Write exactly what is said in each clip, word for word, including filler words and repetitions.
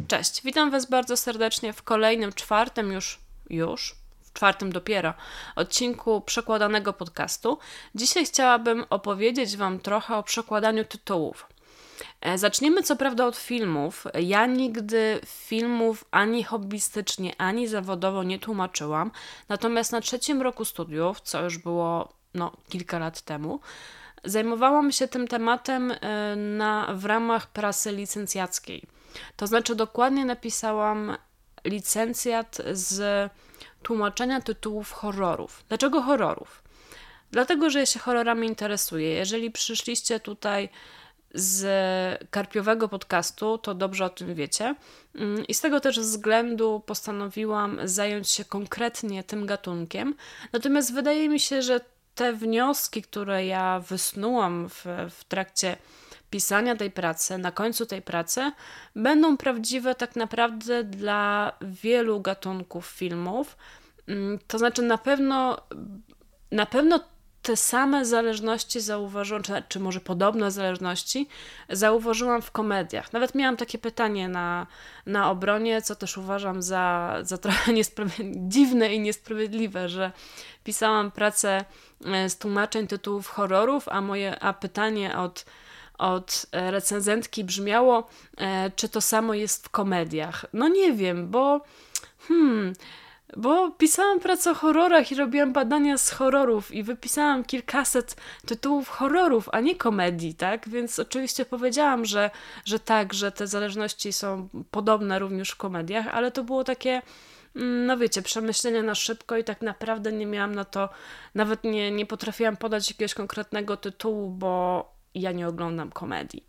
Cześć, witam Was bardzo serdecznie w kolejnym, czwartym już, już, w czwartym dopiero odcinku przekładanego podcastu. Dzisiaj chciałabym opowiedzieć Wam trochę o przekładaniu tytułów. Zaczniemy co prawda od filmów. Ja nigdy filmów ani hobbystycznie, ani zawodowo nie tłumaczyłam. Natomiast na trzecim roku studiów, co już było no, kilka lat temu, zajmowałam się tym tematem na, w ramach prasy licencjackiej. To znaczy dokładnie napisałam licencjat z tłumaczenia tytułów horrorów. Dlaczego horrorów? Dlatego, że ja się horrorami interesuję. Jeżeli przyszliście tutaj z karpiowego podcastu, to dobrze o tym wiecie. I z tego też względu postanowiłam zająć się konkretnie tym gatunkiem. Natomiast wydaje mi się, że te wnioski, które ja wysnułam w, w trakcie pisania tej pracy, na końcu tej pracy, będą prawdziwe tak naprawdę dla wielu gatunków filmów. To znaczy na pewno, na pewno te same zależności zauważyłam, czy, czy może podobne zależności zauważyłam w komediach. Nawet miałam takie pytanie na, na obronie, co też uważam za, za trochę dziwne i niesprawiedliwe, że pisałam pracę z tłumaczeń tytułów horrorów, a moje a pytanie od od recenzentki brzmiało, e, czy to samo jest w komediach. No nie wiem, bo hmm, bo pisałam pracę o horrorach i robiłam badania z horrorów i wypisałam kilkaset tytułów horrorów, a nie komedii, tak? Więc oczywiście powiedziałam, że, że tak, że te zależności są podobne również w komediach, ale to było takie, no wiecie, przemyślenia na szybko i tak naprawdę nie miałam na to, nawet nie, nie potrafiłam podać jakiegoś konkretnego tytułu, bo ja nie oglądam komedii.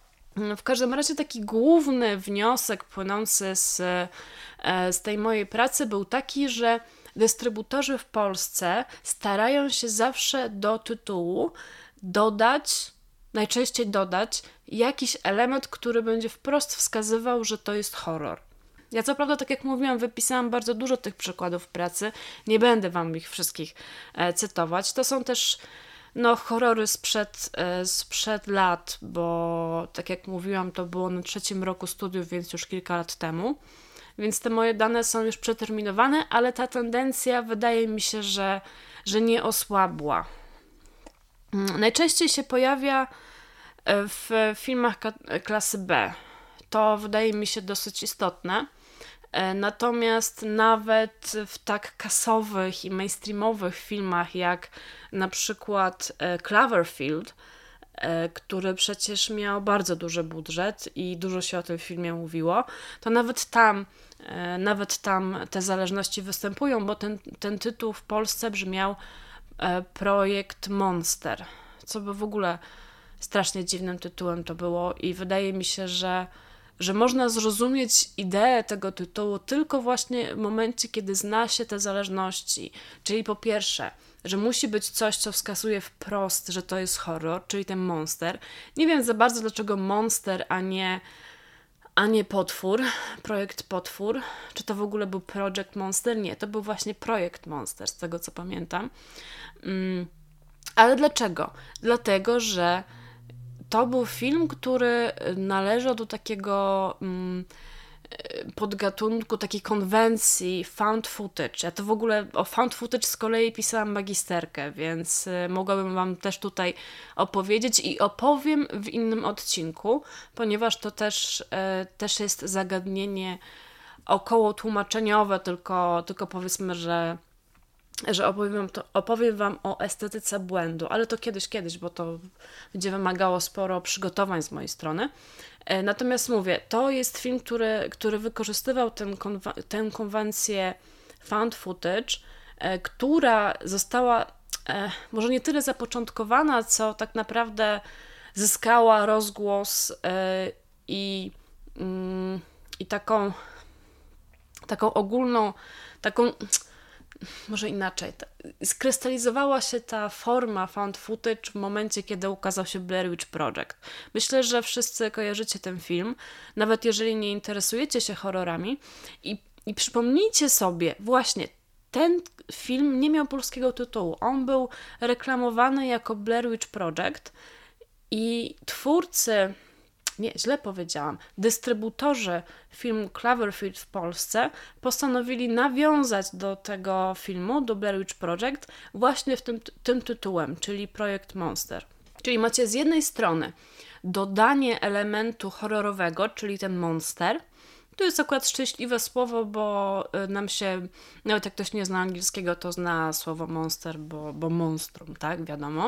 W każdym razie taki główny wniosek płynący z, z tej mojej pracy był taki, że dystrybutorzy w Polsce starają się zawsze do tytułu dodać, najczęściej dodać jakiś element, który będzie wprost wskazywał, że to jest horror. Ja co prawda, tak jak mówiłam, wypisałam bardzo dużo tych przykładów pracy, nie będę Wam ich wszystkich e, cytować. To są też no, horrory sprzed, e, sprzed lat, bo tak jak mówiłam, to było na trzecim roku studiów, więc już kilka lat temu. Więc te moje dane są już przeterminowane, ale ta tendencja wydaje mi się, że, że nie osłabła. Najczęściej się pojawia w filmach klasy B. To wydaje mi się dosyć istotne. Natomiast nawet w tak kasowych i mainstreamowych filmach jak na przykład Cloverfield, który przecież miał bardzo duży budżet i dużo się o tym filmie mówiło, to nawet tam, nawet tam te zależności występują, bo ten, ten tytuł w Polsce brzmiał Projekt Monster, co by w ogóle strasznie dziwnym tytułem to było i wydaje mi się, że że można zrozumieć ideę tego tytułu tylko właśnie w momencie, kiedy zna się te zależności. Czyli po pierwsze, że musi być coś, co wskazuje wprost, że to jest horror, czyli ten monster. Nie wiem za bardzo, dlaczego monster, a nie, a nie potwór, projekt potwór. Czy to w ogóle był Project Monster? Nie, to był właśnie projekt Monster, z tego co pamiętam. Mm, ale dlaczego? Dlatego, że to był film, który należał do takiego mm, podgatunku, takiej konwencji found footage. Ja to w ogóle o found footage z kolei pisałam magisterkę, więc mogłabym Wam też tutaj opowiedzieć i opowiem w innym odcinku, ponieważ to też, e, też jest zagadnienie około tłumaczeniowe, tylko, tylko powiedzmy, że że opowiem wam, to, opowiem Wam o estetyce błędu, ale to kiedyś, kiedyś, bo to będzie wymagało sporo przygotowań z mojej strony. Natomiast mówię, to jest film, który, który wykorzystywał tę, konwa- tę konwencję found footage, e, która została e, może nie tyle zapoczątkowana, co tak naprawdę zyskała rozgłos e, i, mm, i taką, taką ogólną, taką może inaczej, skrystalizowała się ta forma found footage w momencie, kiedy ukazał się Blair Witch Project. Myślę, że wszyscy kojarzycie ten film, nawet jeżeli nie interesujecie się horrorami i, i przypomnijcie sobie, właśnie ten film nie miał polskiego tytułu. On był reklamowany jako Blair Witch Project i twórcy nie, źle powiedziałam, dystrybutorzy filmu Cloverfield w Polsce postanowili nawiązać do tego filmu, do Blair Witch Project, właśnie w tym, tym tytułem, czyli Projekt Monster. Czyli macie z jednej strony dodanie elementu horrorowego, czyli ten monster. To jest akurat szczęśliwe słowo, bo nam się, nawet jak ktoś nie zna angielskiego, to zna słowo monster, bo, bo monstrum, tak, wiadomo.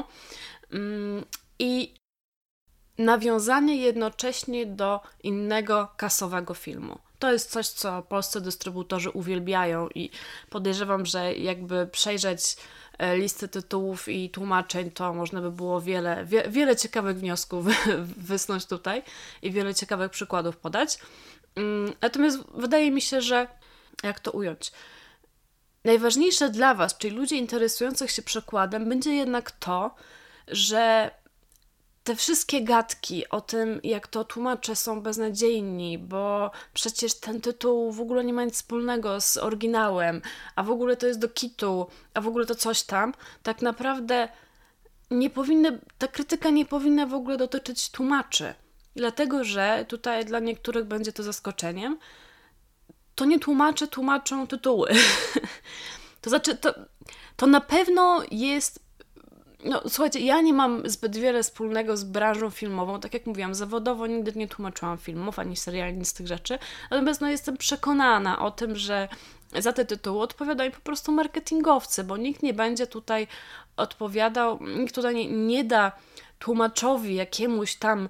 I nawiązanie jednocześnie do innego kasowego filmu. To jest coś, co polscy dystrybutorzy uwielbiają i podejrzewam, że jakby przejrzeć listy tytułów i tłumaczeń, to można by było wiele, wie, wiele ciekawych wniosków wysnuć tutaj i wiele ciekawych przykładów podać. Natomiast wydaje mi się, że jak to ująć? Najważniejsze dla Was, czyli ludzi interesujących się przekładem, będzie jednak to, że te wszystkie gadki o tym, jak to tłumacze są beznadziejni, bo przecież ten tytuł w ogóle nie ma nic wspólnego z oryginałem, a w ogóle to jest do kitu, a w ogóle to coś tam, tak naprawdę nie powinny, ta krytyka nie powinna w ogóle dotyczyć tłumaczy. Dlatego, że tutaj dla niektórych będzie to zaskoczeniem, to nie tłumacze tłumaczą tytuły. To znaczy, to, to na pewno jest. No, słuchajcie, ja nie mam zbyt wiele wspólnego z branżą filmową. Tak jak mówiłam, zawodowo nigdy nie tłumaczyłam filmów, ani seriali, nic z tych rzeczy. Natomiast no, jestem przekonana o tym, że za te tytuły odpowiadają po prostu marketingowcy, bo nikt nie będzie tutaj odpowiadał, nikt tutaj nie, nie da tłumaczowi jakiemuś tam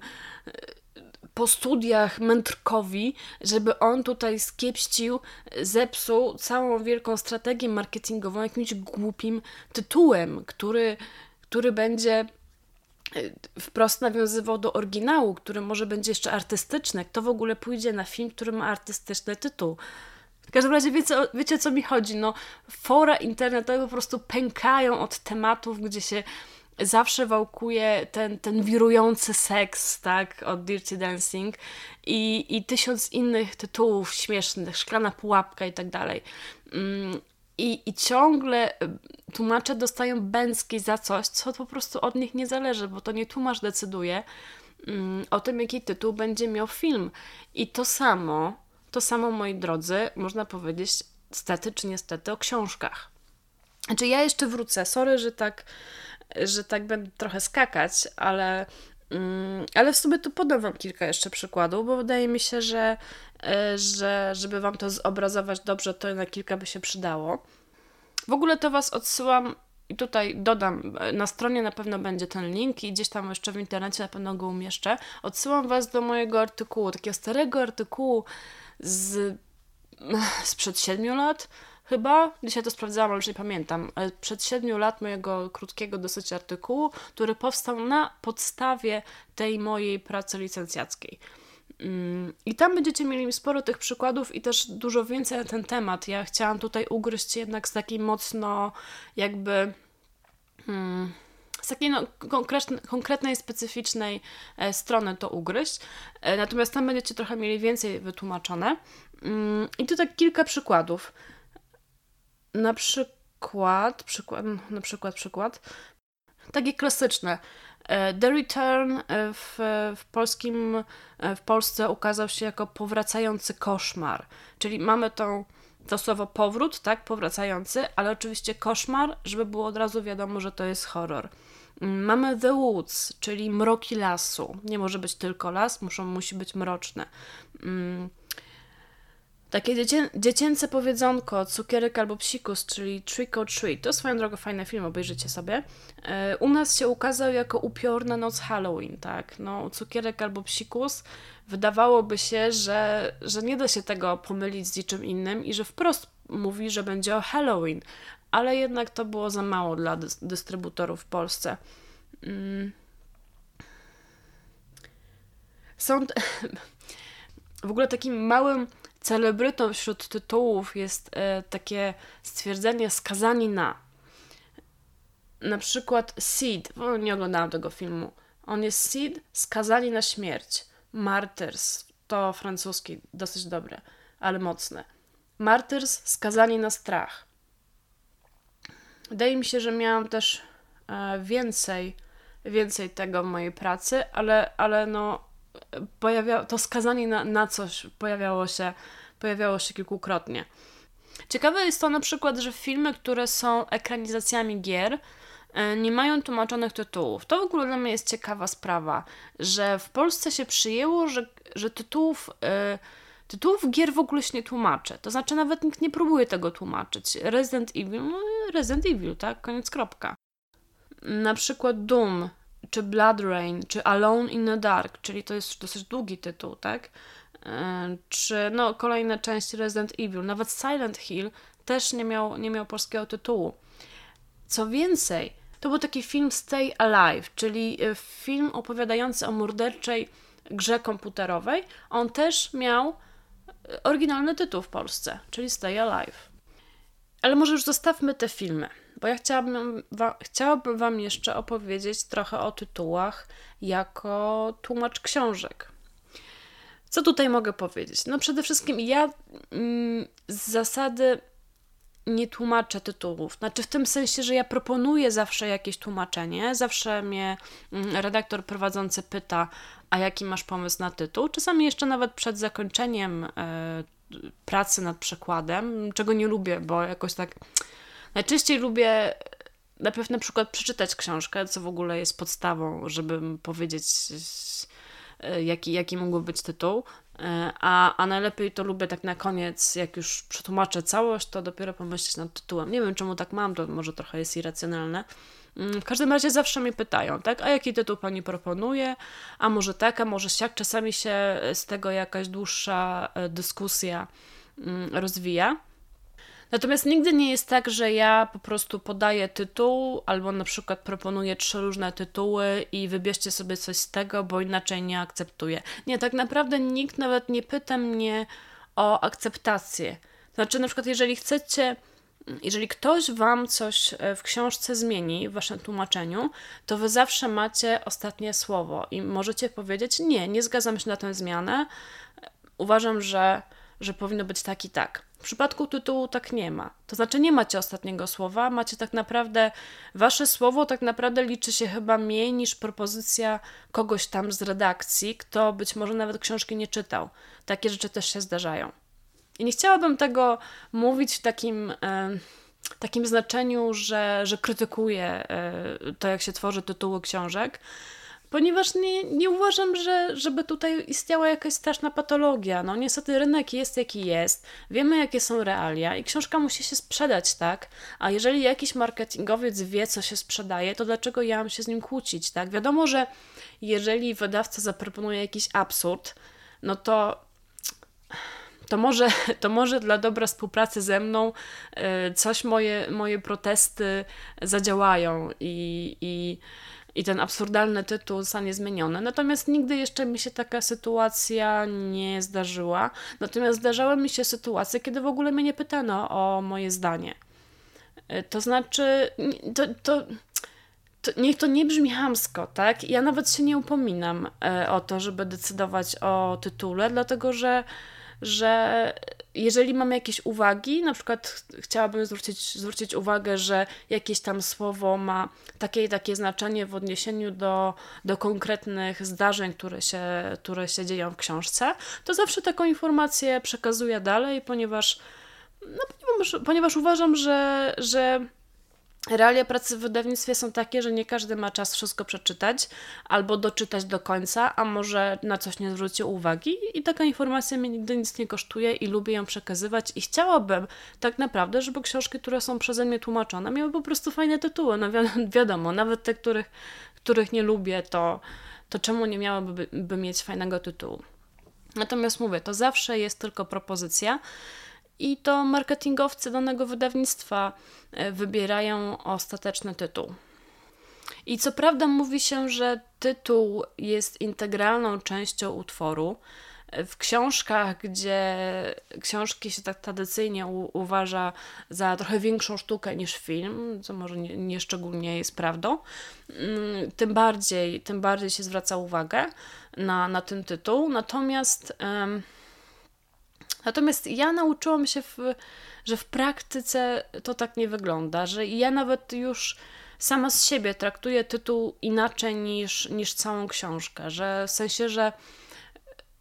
po studiach mędrkowi, żeby on tutaj skiepścił, zepsuł całą wielką strategię marketingową jakimś głupim tytułem, który, który będzie wprost nawiązywał do oryginału, który może będzie jeszcze artystyczny. Kto w ogóle pójdzie na film, który ma artystyczny tytuł? W każdym razie wiecie, wiecie co mi chodzi. No, fora internetowe po prostu pękają od tematów, gdzie się zawsze wałkuje ten, ten wirujący seks, tak, od Dirty Dancing i, i tysiąc innych tytułów śmiesznych, Szklana pułapka i tak dalej. I, I ciągle tłumacze dostają bęcki za coś, co po prostu od nich nie zależy, bo to nie tłumacz decyduje um, o tym, jaki tytuł będzie miał film. I to samo, to samo, moi drodzy, można powiedzieć stety czy niestety o książkach. Znaczy ja jeszcze wrócę, sorry, że tak że tak będę trochę skakać, ale, mm, ale w sumie tu podam Wam kilka jeszcze przykładów, bo wydaje mi się, że, że żeby Wam to zobrazować dobrze, to na kilka by się przydało. W ogóle to Was odsyłam i tutaj dodam, na stronie na pewno będzie ten link i gdzieś tam jeszcze w internecie na pewno go umieszczę. Odsyłam Was do mojego artykułu, takiego starego artykułu z, sprzed siedmiu lat, chyba, dzisiaj to sprawdzałam, ale już nie pamiętam, ale przed siedmiu lat mojego krótkiego dosyć artykułu, który powstał na podstawie tej mojej pracy licencjackiej. I tam będziecie mieli sporo tych przykładów i też dużo więcej na ten temat. Ja chciałam tutaj ugryźć jednak z takiej mocno jakby hmm, z takiej no, konkretnej, konkretnej, specyficznej e, strony to ugryźć. E, natomiast tam będziecie trochę mieli więcej wytłumaczone. Mm, I tu tak kilka przykładów. Na przykład, przykład, na przykład, przykład, takie klasyczne. The Return w, w polskim, w Polsce ukazał się jako powracający koszmar, czyli mamy tą, to słowo powrót, tak, powracający, ale oczywiście koszmar, żeby było od razu wiadomo, że to jest horror. Mamy The Woods, czyli mroki lasu. Nie może być tylko las, muszą, musi być mroczne. Takie dziecię, dziecięce powiedzonko, cukierek albo psikus, czyli Trick or Treat. To swoją drogą fajny film, obejrzyjcie sobie. Yy, u nas się ukazał jako Upiorna noc Halloween, tak? No, cukierek albo psikus. Wydawałoby się, że, że nie da się tego pomylić z niczym innym i że wprost mówi, że będzie o Halloween. Ale jednak to było za mało dla dy- dystrybutorów w Polsce. Yy. Są... T- w ogóle takim małym celebrytą wśród tytułów jest e, takie stwierdzenie skazani na. Na przykład Seed, bo nie oglądałam tego filmu. On jest Seed, skazani na śmierć. Martyrs, to francuski, dosyć dobre, ale mocne. Martyrs, skazani na strach. Wydaje mi się, że miałam też e, więcej, więcej tego w mojej pracy, ale, ale no pojawia, to skazanie na, na coś pojawiało się, pojawiało się kilkukrotnie. Ciekawe jest to na przykład, że filmy, które są ekranizacjami gier, nie mają tłumaczonych tytułów. To w ogóle dla mnie jest ciekawa sprawa, że w Polsce się przyjęło, że, że tytułów, yy, tytułów gier w ogóle się nie tłumaczy. To znaczy nawet nikt nie próbuje tego tłumaczyć. Resident Evil, no Resident Evil, tak? Koniec, kropka. Na przykład Doom, czy Blood Rain, czy Alone in the Dark, czyli to jest dosyć długi tytuł, tak? Yy, czy no kolejne części Resident Evil, nawet Silent Hill też nie miał, nie miał polskiego tytułu. Co więcej, to był taki film Stay Alive, czyli film opowiadający o morderczej grze komputerowej. On też miał oryginalny tytuł w Polsce, czyli Stay Alive. Ale może już zostawmy te filmy, bo ja chciałabym, wa- chciałabym Wam jeszcze opowiedzieć trochę o tytułach jako tłumacz książek. Co tutaj mogę powiedzieć? No przede wszystkim ja mm, z zasady nie tłumaczę tytułów. Znaczy w tym sensie, że ja proponuję zawsze jakieś tłumaczenie. Zawsze mnie redaktor prowadzący pyta, a jaki masz pomysł na tytuł. Czasami jeszcze nawet przed zakończeniem y, pracy nad przekładem, czego nie lubię, bo jakoś tak najczęściej lubię najpierw na przykład przeczytać książkę, co w ogóle jest podstawą, żeby powiedzieć y, jaki, jaki mógłby być tytuł. A, a najlepiej to lubię tak na koniec, jak już przetłumaczę całość, to dopiero pomyśleć nad tytułem. Nie wiem, czemu tak mam, to może trochę jest irracjonalne. W każdym razie zawsze mnie pytają, tak, a jaki tytuł Pani proponuje? A może tak, a może siak? Czasami się z tego jakaś dłuższa dyskusja rozwija. Natomiast nigdy nie jest tak, że ja po prostu podaję tytuł albo na przykład proponuję trzy różne tytuły i wybierzcie sobie coś z tego, bo inaczej nie akceptuję. Nie, tak naprawdę nikt nawet nie pyta mnie o akceptację. Znaczy na przykład jeżeli chcecie, jeżeli ktoś Wam coś w książce zmieni w Waszym tłumaczeniu, to Wy zawsze macie ostatnie słowo i możecie powiedzieć nie, nie zgadzam się na tę zmianę, uważam, że, że powinno być tak i tak. W przypadku tytułu tak nie ma. To znaczy nie macie ostatniego słowa, macie tak naprawdę, wasze słowo tak naprawdę liczy się chyba mniej niż propozycja kogoś tam z redakcji, kto być może nawet książki nie czytał. Takie rzeczy też się zdarzają. I nie chciałabym tego mówić w takim, e, takim znaczeniu, że, że krytykuję e, to, jak się tworzy tytuły książek, ponieważ nie, nie uważam, że, żeby tutaj istniała jakaś straszna patologia. No niestety rynek jest jaki jest, wiemy jakie są realia i książka musi się sprzedać, tak? A jeżeli jakiś marketingowiec wie, co się sprzedaje, to dlaczego ja mam się z nim kłócić, tak? Wiadomo, że jeżeli wydawca zaproponuje jakiś absurd, no to to może, to może dla dobra współpracy ze mną coś moje, moje protesty zadziałają i, i I ten absurdalny tytuł zostanie zmieniony. Natomiast nigdy jeszcze mi się taka sytuacja nie zdarzyła. Natomiast zdarzały mi się sytuacje, kiedy w ogóle mnie nie pytano o moje zdanie. To znaczy, to, to, to, niech to nie brzmi chamsko, tak? Ja nawet się nie upominam o to, żeby decydować o tytule, dlatego że że jeżeli mam jakieś uwagi, na przykład chciałabym zwrócić, zwrócić uwagę, że jakieś tam słowo ma takie i takie znaczenie w odniesieniu do, do konkretnych zdarzeń, które się, które się dzieją w książce, to zawsze taką informację przekazuję dalej, ponieważ, no, ponieważ, ponieważ uważam, że, że realia pracy w wydawnictwie są takie, że nie każdy ma czas wszystko przeczytać albo doczytać do końca, a może na coś nie zwrócił uwagi i taka informacja mnie nigdy nic nie kosztuje i lubię ją przekazywać i chciałabym tak naprawdę, żeby książki, które są przeze mnie tłumaczone, miały po prostu fajne tytuły. No wi- wiadomo, nawet te, których, których nie lubię, to, to czemu nie miałyby by mieć fajnego tytułu. Natomiast mówię, to zawsze jest tylko propozycja, i to marketingowcy danego wydawnictwa wybierają ostateczny tytuł. I co prawda mówi się, że tytuł jest integralną częścią utworu. W książkach, gdzie książki się tak tradycyjnie u- uważa za trochę większą sztukę niż film, co może nie, nie szczególnie jest prawdą, tym bardziej, tym bardziej się zwraca uwagę na, na ten tytuł. Natomiast... Ym, Natomiast ja nauczyłam się, w, że w praktyce to tak nie wygląda, że ja nawet już sama z siebie traktuję tytuł inaczej niż, niż całą książkę, że w sensie, że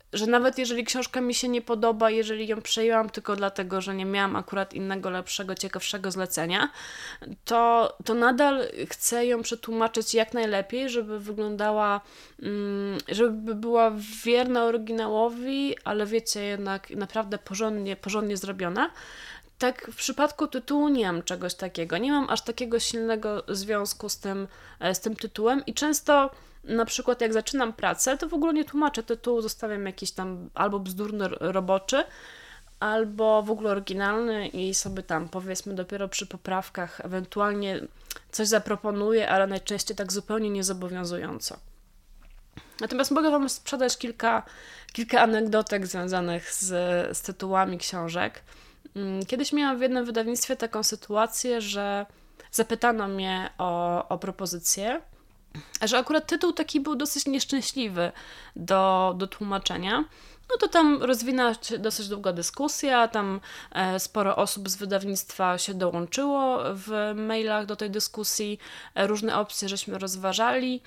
że nawet jeżeli książka mi się nie podoba, jeżeli ją przejęłam tylko dlatego, że nie miałam akurat innego, lepszego, ciekawszego zlecenia, to, to nadal chcę ją przetłumaczyć jak najlepiej, żeby wyglądała, żeby była wierna oryginałowi, ale wiecie, jednak naprawdę porządnie, porządnie zrobiona. Tak w przypadku tytułu nie mam czegoś takiego. Nie mam aż takiego silnego związku z tym, z tym tytułem i często na przykład jak zaczynam pracę, to w ogóle nie tłumaczę tytułu, zostawiam jakiś tam albo bzdurny roboczy, albo w ogóle oryginalny i sobie tam powiedzmy dopiero przy poprawkach ewentualnie coś zaproponuję, ale najczęściej tak zupełnie niezobowiązująco. Natomiast mogę Wam sprzedać kilka, kilka anegdotek związanych z, z tytułami książek. Kiedyś miałam w jednym wydawnictwie taką sytuację, że zapytano mnie o, o propozycję, że akurat tytuł taki był dosyć nieszczęśliwy do, do tłumaczenia. No to tam rozwinęła się dosyć długa dyskusja, tam sporo osób z wydawnictwa się dołączyło w mailach do tej dyskusji, różne opcje żeśmy rozważali.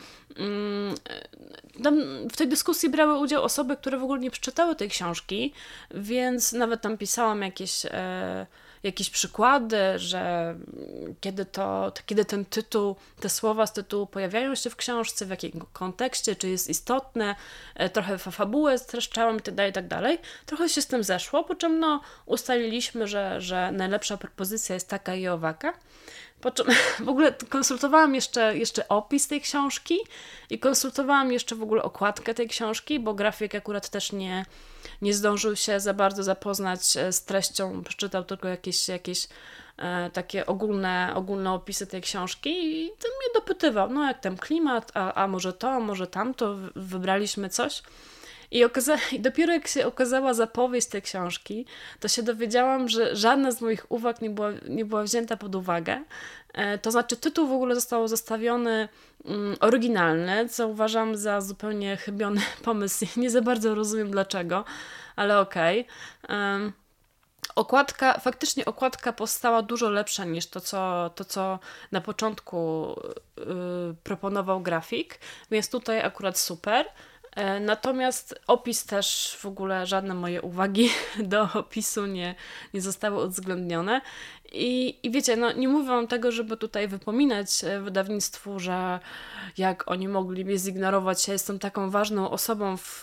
Tam w tej dyskusji brały udział osoby, które w ogóle nie przeczytały tej książki, więc nawet tam pisałam jakieś, jakieś przykłady, że kiedy, to, kiedy ten tytuł, te słowa z tytułu pojawiają się w książce, w jakim kontekście, czy jest istotne, trochę fabułę streszczałam itd., itd. Trochę się z tym zeszło, po czym no, ustaliliśmy, że, że najlepsza propozycja jest taka i owaka. Po czym w ogóle konsultowałam jeszcze, jeszcze opis tej książki i konsultowałam jeszcze w ogóle okładkę tej książki, bo grafik akurat też nie, nie zdążył się za bardzo zapoznać z treścią, przeczytał tylko jakieś, jakieś e, takie ogólne, ogólne opisy tej książki i ten mnie dopytywał, no jak tam klimat, a, a może to, a może tamto, wybraliśmy coś. I, okaza- I dopiero jak się okazała zapowiedź tej książki, to się dowiedziałam, że żadna z moich uwag nie była, nie była wzięta pod uwagę. E, to znaczy tytuł w ogóle został zostawiony mm, oryginalny, co uważam za zupełnie chybiony pomysł. Nie za bardzo rozumiem dlaczego, ale okej. Okay. Okładka, faktycznie okładka powstała dużo lepsza niż to, co, to, co na początku yy, proponował grafik, więc tutaj akurat super. Natomiast opis też w ogóle żadne moje uwagi do opisu nie, nie zostały uwzględnione. I, I wiecie, no nie mówię wam tego, żeby tutaj wypominać wydawnictwu, że jak oni mogli mnie zignorować, ja jestem taką ważną osobą w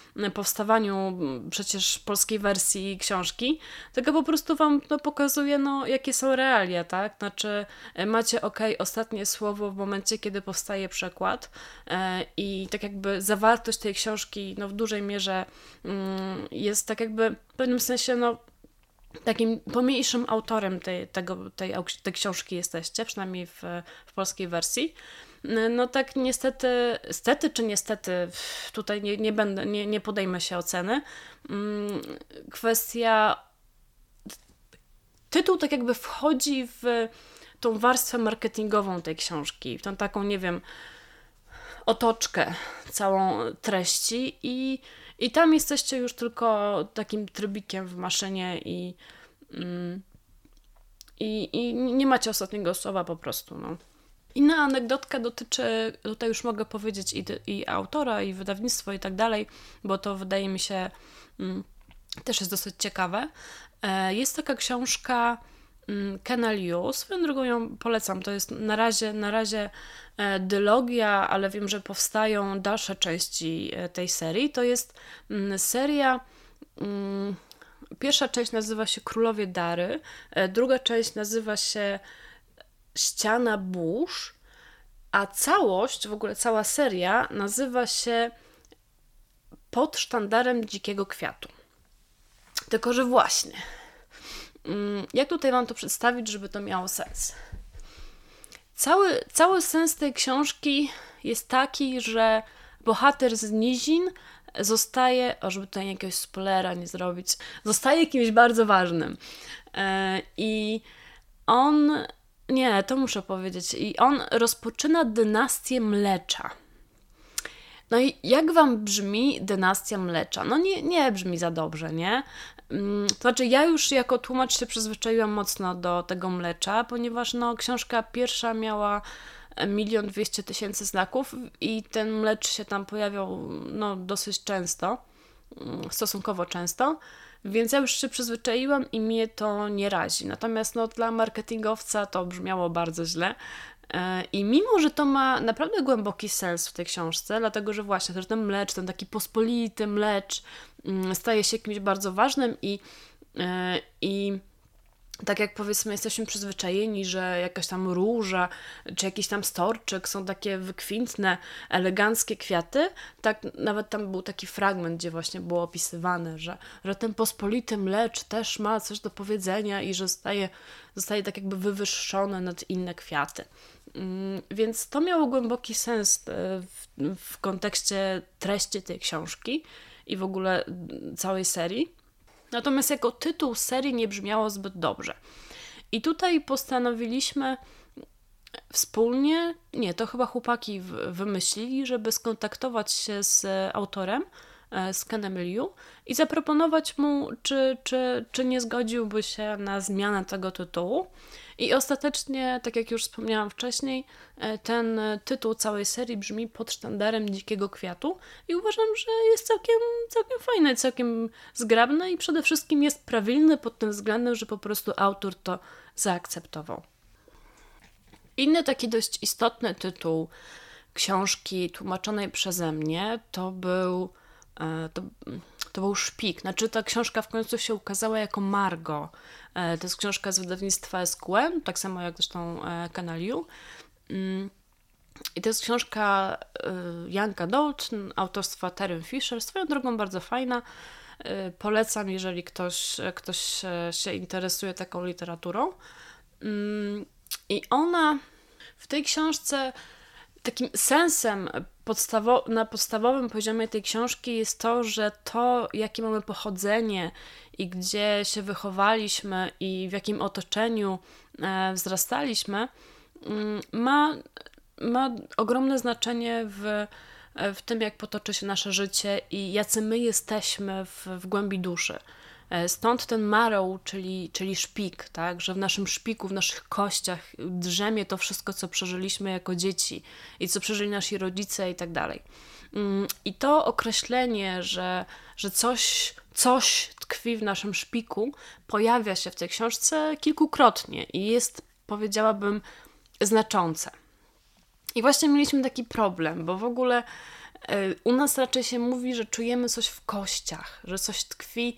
powstawaniu przecież polskiej wersji książki, tylko po prostu wam no, pokazuję, no, jakie są realia, tak? Znaczy macie ok, ostatnie słowo w momencie, kiedy powstaje przekład e, i tak jakby zawartość tej książki no, w dużej mierze mm, jest tak jakby w pewnym sensie no takim pomniejszym autorem tej, tego, tej, tej książki jesteście, przynajmniej w, w polskiej wersji. No tak niestety, stety czy niestety, tutaj nie, nie będę, nie, nie podejmę się oceny. Kwestia, tytuł tak jakby wchodzi w tą warstwę marketingową tej książki, w tą taką, nie wiem, otoczkę całą treści i, i tam jesteście już tylko takim trybikiem w maszynie i, i, i nie macie ostatniego słowa po prostu, no. Inna anegdotka dotyczy, tutaj już mogę powiedzieć i, i autora, i wydawnictwo i tak dalej, bo to wydaje mi się mm, też jest dosyć ciekawe. E, jest taka książka mm, Kena Liu, swoją drogą ją polecam, to jest na razie, na razie e, dylogia, ale wiem, że powstają dalsze części e, tej serii. To jest mm, seria... Mm, pierwsza część nazywa się Królowie Dary, e, druga część nazywa się Ściana burz, a całość, w ogóle cała seria nazywa się Pod sztandarem dzikiego kwiatu. Tylko, że właśnie, jak tutaj wam to przedstawić, żeby to miało sens? Cały, cały sens tej książki jest taki, że bohater z nizin zostaje, o żeby tutaj jakiegoś spoilera nie zrobić, zostaje kimś bardzo ważnym. I on... Nie, to muszę powiedzieć. I on rozpoczyna dynastię Mlecza. No i jak wam brzmi dynastia Mlecza? No nie, nie brzmi za dobrze, nie? To znaczy ja już jako tłumacz się przyzwyczaiłam mocno do tego Mlecza, ponieważ no, książka pierwsza miała milion dwieście tysięcy znaków i ten Mlecz się tam pojawiał no, dosyć często. stosunkowo często, więc ja już się przyzwyczaiłam i mnie to nie razi. Natomiast no, dla marketingowca to brzmiało bardzo źle. I mimo, że to ma naprawdę głęboki sens w tej książce, dlatego że właśnie że ten mlecz, ten taki pospolity mlecz staje się kimś bardzo ważnym i, i tak jak powiedzmy jesteśmy przyzwyczajeni, że jakaś tam róża czy jakiś tam storczyk są takie wykwintne, eleganckie kwiaty, tak nawet tam był taki fragment, gdzie właśnie było opisywane, że, że ten pospolity mlecz też ma coś do powiedzenia i że zostaje, zostaje tak jakby wywyższony nad inne kwiaty. Więc to miało głęboki sens w, w kontekście treści tej książki i w ogóle całej serii. Natomiast jako tytuł serii nie brzmiało zbyt dobrze. I tutaj postanowiliśmy wspólnie, nie, to chyba chłopaki wymyślili, żeby skontaktować się z autorem, z Kenem Liu i zaproponować mu, czy, czy, czy nie zgodziłby się na zmianę tego tytułu. I ostatecznie, tak jak już wspomniałam wcześniej, ten tytuł całej serii brzmi Pod sztandarem dzikiego kwiatu i uważam, że jest całkiem, całkiem fajny, całkiem zgrabny i przede wszystkim jest prawilny pod tym względem, że po prostu autor to zaakceptował. Inny taki dość istotny tytuł książki tłumaczonej przeze mnie to był To, to był Szpik. Znaczy ta książka w końcu się ukazała jako Margo. To jest książka z wydawnictwa S Q M, tak samo jak zresztą Kena Liu. I to jest książka Young Adult, autorstwa Taryn Fisher. Swoją drogą bardzo fajna. Polecam, jeżeli ktoś, ktoś się interesuje taką literaturą. I ona w tej książce takim sensem podstawo- na podstawowym poziomie tej książki jest to, że to, jakie mamy pochodzenie i gdzie się wychowaliśmy i w jakim otoczeniu e, wzrastaliśmy, mm, ma, ma ogromne znaczenie w, w tym, jak potoczy się nasze życie i jacy my jesteśmy w, w głębi duszy. Stąd ten marrow, czyli, czyli szpik, tak? Że w naszym szpiku, w naszych kościach drzemie to wszystko, co przeżyliśmy jako dzieci i co przeżyli nasi rodzice i tak dalej. I to określenie, że, że coś, coś tkwi w naszym szpiku, pojawia się w tej książce kilkukrotnie i jest, powiedziałabym, znaczące. I właśnie mieliśmy taki problem, bo w ogóle u nas raczej się mówi, że czujemy coś w kościach, że coś tkwi.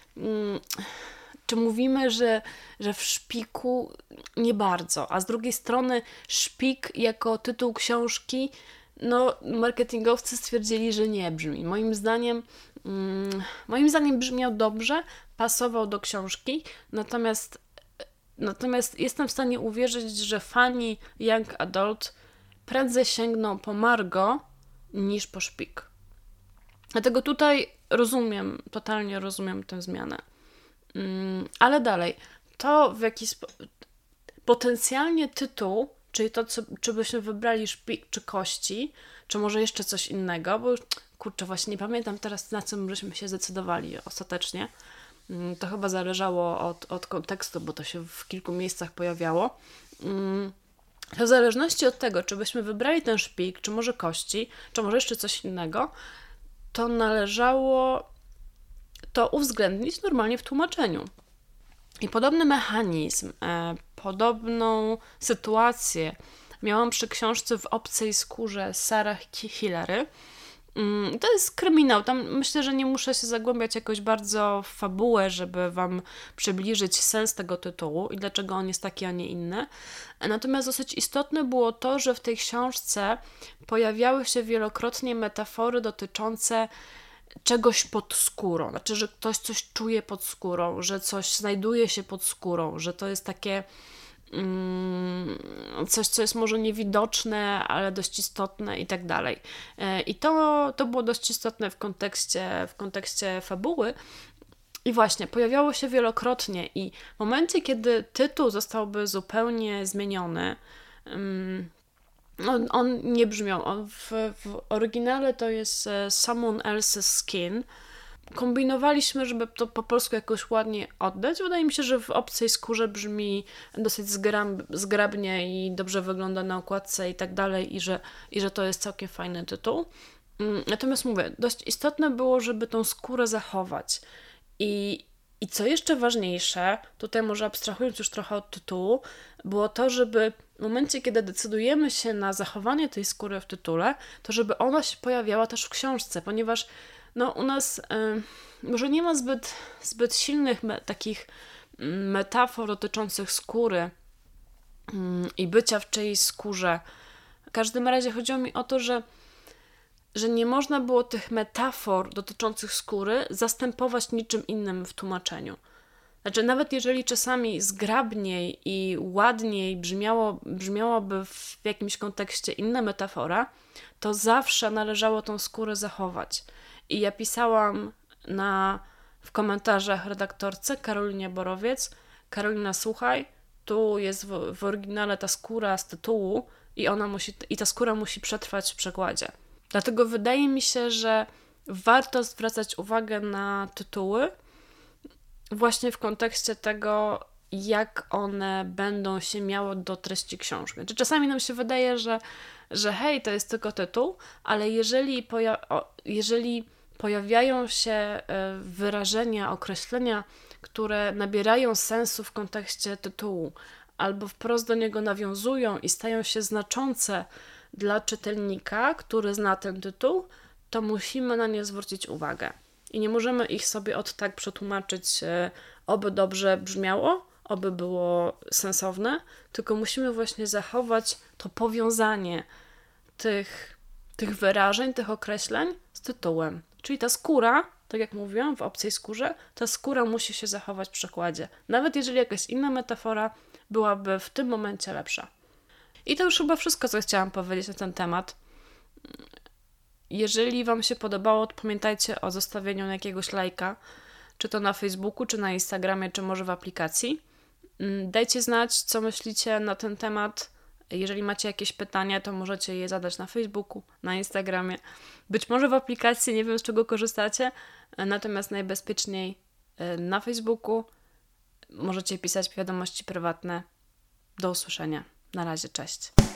Czy mówimy, że, że w szpiku nie bardzo, a z drugiej strony szpik jako tytuł książki, no marketingowcy stwierdzili, że nie brzmi. Moim zdaniem, mm, moim zdaniem brzmiał dobrze, pasował do książki, natomiast, natomiast jestem w stanie uwierzyć, że fani Young Adult prędzej sięgną po Margo niż po szpik. Dlatego tutaj rozumiem, totalnie rozumiem tę zmianę. Mm, ale dalej, to w jaki sposób potencjalnie tytuł, czyli to, co, czy byśmy wybrali szpik, czy kości, czy może jeszcze coś innego, bo kurczę, właśnie nie pamiętam teraz, na co żeśmy się zdecydowali ostatecznie. Mm, to chyba zależało od, od kontekstu, bo to się w kilku miejscach pojawiało. Mm, to w zależności od tego, czy byśmy wybrali ten szpik, czy może kości, czy może jeszcze coś innego, to należało to uwzględnić normalnie w tłumaczeniu. I podobny mechanizm, e, podobną sytuację miałam przy książce W obcej skórze Sarah Hilary. Mm, to jest kryminał. Tam myślę, że nie muszę się zagłębiać jakoś bardzo w fabułę, żeby wam przybliżyć sens tego tytułu i dlaczego on jest taki, a nie inny. Natomiast dosyć istotne było to, że w tej książce pojawiały się wielokrotnie metafory dotyczące czegoś pod skórą. Znaczy, że ktoś coś czuje pod skórą, że coś znajduje się pod skórą, że to jest takie mm, coś, co jest może niewidoczne, ale dość istotne i tak dalej. I to, to było dość istotne w kontekście, w kontekście fabuły. I właśnie, pojawiało się wielokrotnie i w momencie, kiedy tytuł zostałby zupełnie zmieniony, um, On, on nie brzmiał. On w, w oryginale to jest Someone Else's Skin. Kombinowaliśmy, żeby to po polsku jakoś ładnie oddać. Wydaje mi się, że w obcej skórze brzmi dosyć zgrab, zgrabnie i dobrze wygląda na okładce i tak dalej i że, i że to jest całkiem fajny tytuł. Natomiast mówię, dość istotne było, żeby tą skórę zachować. I, i co jeszcze ważniejsze, tutaj może abstrahując już trochę od tytułu, było to, żeby w momencie, kiedy decydujemy się na zachowanie tej skóry w tytule, to żeby ona się pojawiała też w książce, ponieważ no, u nas y, może nie ma zbyt, zbyt silnych me- takich metafor dotyczących skóry y, i bycia w czyjejś skórze. W każdym razie chodziło mi o to, że że nie można było tych metafor dotyczących skóry zastępować niczym innym w tłumaczeniu. Znaczy, nawet jeżeli czasami zgrabniej i ładniej brzmiało, brzmiałaby w jakimś kontekście inna metafora, to zawsze należało tą skórę zachować. I ja pisałam na, w komentarzach redaktorce Karolinie Borowiec: Karolina, słuchaj, tu jest w, w oryginale ta skóra z tytułu i ona musi, i ta skóra musi przetrwać w przekładzie. Dlatego wydaje mi się, że warto zwracać uwagę na tytuły właśnie w kontekście tego, jak one będą się miały do treści książki. Znaczy, czasami nam się wydaje, że, że hej, to jest tylko tytuł, ale jeżeli, poja- jeżeli pojawiają się wyrażenia, określenia, które nabierają sensu w kontekście tytułu, albo wprost do niego nawiązują i stają się znaczące dla czytelnika, który zna ten tytuł, to musimy na nie zwrócić uwagę. I nie możemy ich sobie od tak przetłumaczyć, oby dobrze brzmiało, oby było sensowne, tylko musimy właśnie zachować to powiązanie tych, tych wyrażeń, tych określeń z tytułem. Czyli ta skóra, tak jak mówiłam, w obcej skórze, ta skóra musi się zachować w przekładzie. Nawet jeżeli jakaś inna metafora byłaby w tym momencie lepsza. I to już chyba wszystko, co chciałam powiedzieć na ten temat. Jeżeli Wam się podobało, to pamiętajcie o zostawieniu jakiegoś lajka, czy to na Facebooku, czy na Instagramie, czy może w aplikacji. Dajcie znać, co myślicie na ten temat. Jeżeli macie jakieś pytania, to możecie je zadać na Facebooku, na Instagramie, być może w aplikacji, nie wiem, z czego korzystacie, natomiast najbezpieczniej na Facebooku. Możecie pisać wiadomości prywatne. Do usłyszenia. Na razie, cześć.